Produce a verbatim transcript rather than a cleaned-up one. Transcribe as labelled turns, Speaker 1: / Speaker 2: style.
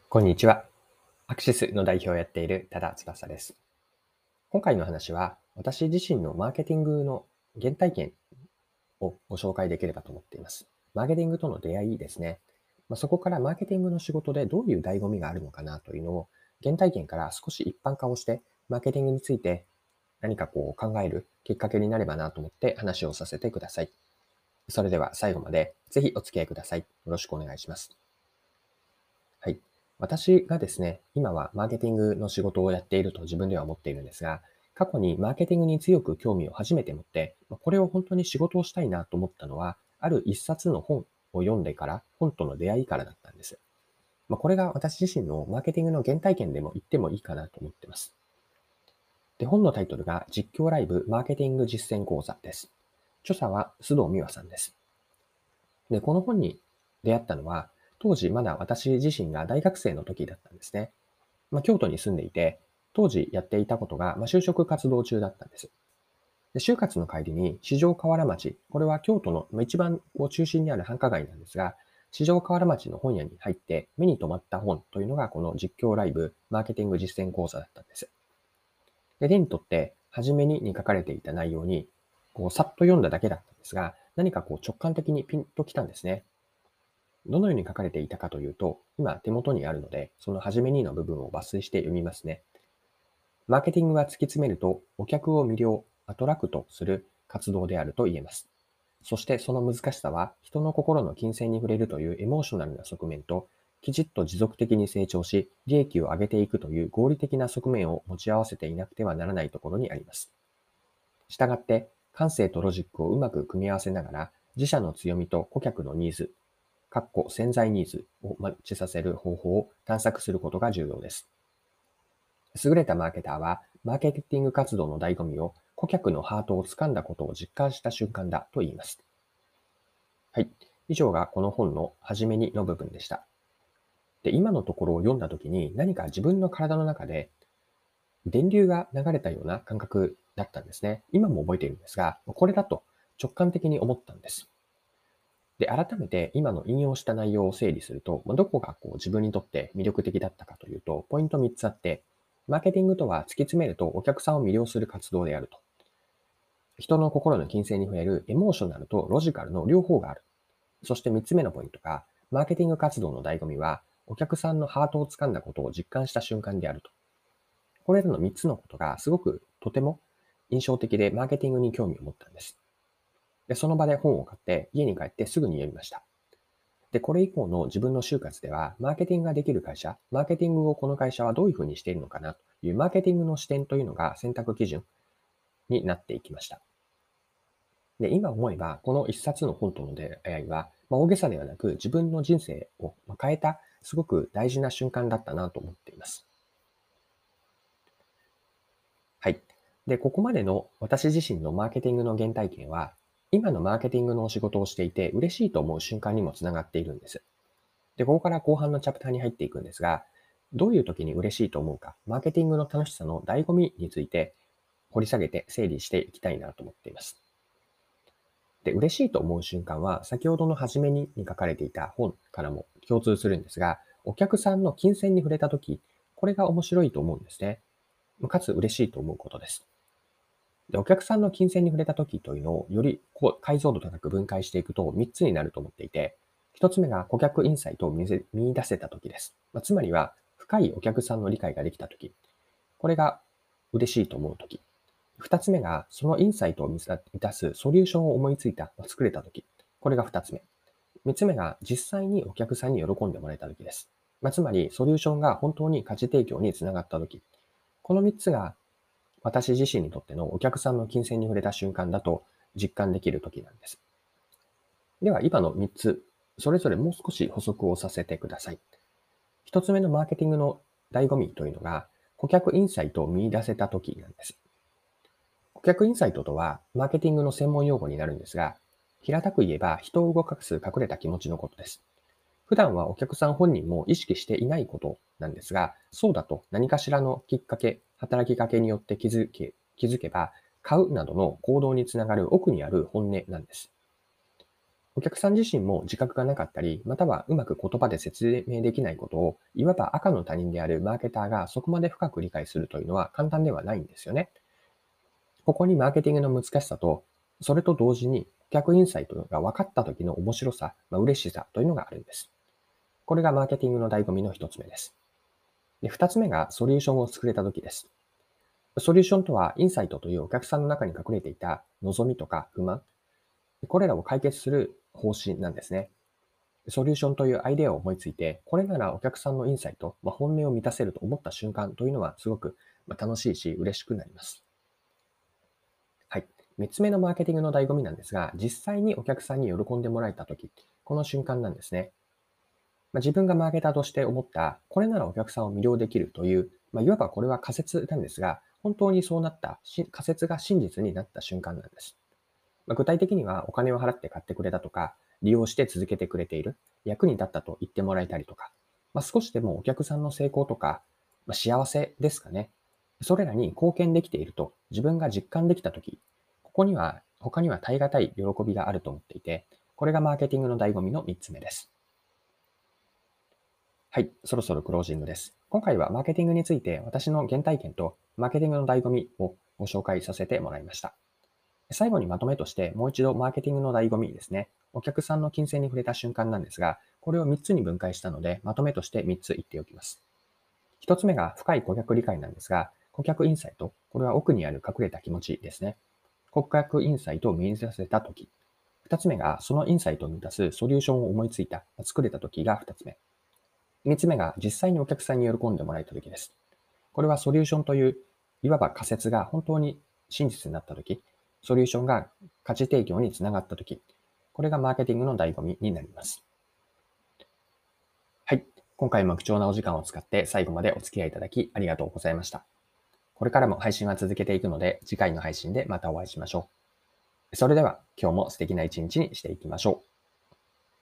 Speaker 1: こんにちは。アクシスの代表をやっている多田翼です。今回の話は、私自身のマーケティングの原体験をご紹介できればと思っています。マーケティングとの出会いですね。まあ、そこからマーケティングの仕事でどういう醍醐味があるのかなというのを、原体験から少し一般化をして、マーケティングについて何かこう考えるきっかけになればなと思って話をさせてください。それでは最後までぜひお付き合いください。よろしくお願いします。はい。私がですね、今はマーケティングの仕事をやっていると自分では思っているんですが、過去にマーケティングに強く興味を初めて持って、これを本当に仕事をしたいなと思ったのは、ある一冊の本を読んでから、本との出会いからだったんです。まあ、これが私自身のマーケティングの原体験でも言ってもいいかなと思っています。で、本のタイトルが実況ライブマーケティング実践講座です。著者は須藤美和さんです。で、この本に出会ったのは、当時まだ私自身が大学生の時だったんですね。まあ、京都に住んでいて、当時やっていたことが、まあ、就職活動中だったんです。で、就活の帰りに四条河原町、これは京都のまあ一番こう中心にある繁華街なんですが、四条河原町の本屋に入って目に留まった本というのがこの実況ライブマーケティング実践講座だったんです。で、手に取って初めにに書かれていた内容に、こうさっと読んだだけだったんですが、何かこう直感的にピンときたんですね。どのように書かれていたかというと、今手元にあるので、その初めにの部分を抜粋して読みますね。マーケティングは突き詰めると、お客を魅了、アトラクトする活動であると言えます。そしてその難しさは、人の心の金銭に触れるというエモーショナルな側面と、きちっと持続的に成長し、利益を上げていくという合理的な側面を持ち合わせていなくてはならないところにあります。したがって、感性とロジックをうまく組み合わせながら、自社の強みと顧客のニーズ、かっこ潜在ニーズをマッチさせる方法を探索することが重要です。優れたマーケターは、マーケティング活動の醍醐味を顧客のハートを掴んだことを実感した瞬間だと言います。はい。以上がこの本の初めにの部分でした。で、今のところを読んだときに何か自分の体の中で電流が流れたような感覚だったんですね。今も覚えているんですが、これだと直感的に思ったんです。で、改めて今の引用した内容を整理すると、どこがこう自分にとって魅力的だったかというと、ポイントみっつあって、マーケティングとは突き詰めるとお客さんを魅了する活動であると。人の心の金銭に触れるエモーショナルとロジカルの両方がある。そしてみっつめのポイントが、マーケティング活動の醍醐味は、お客さんのハートを掴んだことを実感した瞬間であると。これらのみっつのことがすごくとても印象的でマーケティングに興味を持ったんです。で、その場で本を買って家に帰ってすぐに読みました。で、これ以降の自分の就活では、マーケティングができる会社、マーケティングをこの会社はどういうふうにしているのかなというマーケティングの視点というのが選択基準になっていきました。で、今思えば、この一冊の本との出会いは、まあ、大げさではなく自分の人生を変えたすごく大事な瞬間だったなと思っています。はい。で、ここまでの私自身のマーケティングの原体験は、今のマーケティングのお仕事をしていて嬉しいと思う瞬間にもつながっているんです。で、ここから後半のチャプターに入っていくんですが、どういう時に嬉しいと思うか、マーケティングの楽しさの醍醐味について掘り下げて整理していきたいなと思っています。で、嬉しいと思う瞬間は、先ほどの初めに書かれていた本からも共通するんですが、お客さんの金銭に触れた時、これが面白いと思うんですね。かつ嬉しいと思うことです。で、お客さんの金銭に触れた時というのをよりこう解像度高く分解していくとみっつになると思っていて、ひとつめが顧客インサイトを見せ見出せた時です。まあ、つまりは深いお客さんの理解ができた時、これが嬉しいと思う時。ふたつめがそのインサイトを満たすソリューションを思いついた、作れた時。これがふたつめ。みっつめが実際にお客さんに喜んでもらえた時です。まあ、つまりソリューションが本当に価値提供につながった時。このみっつが私自身にとってのお客さんの金銭に触れた瞬間だと実感できる時なんです。では、今のみっつ、それぞれもう少し補足をさせてください。ひとつめのマーケティングの醍醐味というのが、顧客インサイトを見出せた時なんです。顧客インサイトとは、マーケティングの専門用語になるんですが、平たく言えば人を動かす隠れた気持ちのことです。普段はお客さん本人も意識していないことなんですが、そうだと何かしらのきっかけ、働きかけによって気づけ、気づけば、買うなどの行動につながる奥にある本音なんです。 お客さん自身も自覚がなかったり、またはうまく言葉で説明できないことを、いわば赤の他人であるマーケターがそこまで深く理解するというのは簡単ではないんですよね。ここにマーケティングの難しさと、それと同時に顧客インサイトが分かった時の面白さ、まあ、嬉しさというのがあるんです。これがマーケティングの醍醐味の一つ目です。で、二つ目がソリューションを作れた時です。ソリューションとは、インサイトというお客さんの中に隠れていた望みとか不満、これらを解決する方針なんですね。ソリューションというアイデアを思いついて、これならお客さんのインサイト、まあ、本音を満たせると思った瞬間というのはすごくまあ楽しいし嬉しくなります。はい。三つ目のマーケティングの醍醐味なんですが、実際にお客さんに喜んでもらえたとき、この瞬間なんですね。まあ、自分がマーケターとして思った、これならお客さんを魅了できるという、まあ、いわばこれは仮説なんですが、本当にそうなった、し仮説が真実になった瞬間なんです。まあ、具体的にはお金を払って買ってくれたとか、利用して続けてくれている、役に立ったと言ってもらえたりとか、まあ、少しでもお客さんの成功とか、まあ、幸せですかね。それらに貢献できていると自分が実感できたとき、ここには他には耐え難い喜びがあると思っていて、これがマーケティングの醍醐味のみっつめです。はい、そろそろクロージングです。今回はマーケティングについて私の原体験とマーケティングの醍醐味をご紹介させてもらいました。最後にまとめとしてもう一度マーケティングの醍醐味ですね。お客さんの金銭に触れた瞬間なんですが、これをみっつに分解したので、まとめとしてみっつ言っておきます。ひとつめが深い顧客理解なんですが、顧客インサイト、これは奥にある隠れた気持ちですね。顧客インサイトを見出せたとき。ふたつめがそのインサイトを満たすソリューションを思いついた、作れたときがふたつめ。みっつめが実際にお客さんに喜んでもらえたときです。これはソリューションという、いわば仮説が本当に真実になったとき、ソリューションが価値提供につながったとき、これがマーケティングの醍醐味になります。はい。今回も貴重なお時間を使って最後までお付き合いいただきありがとうございました。これからも配信は続けていくので、次回の配信でまたお会いしましょう。それでは今日も素敵な一日にしていきましょう。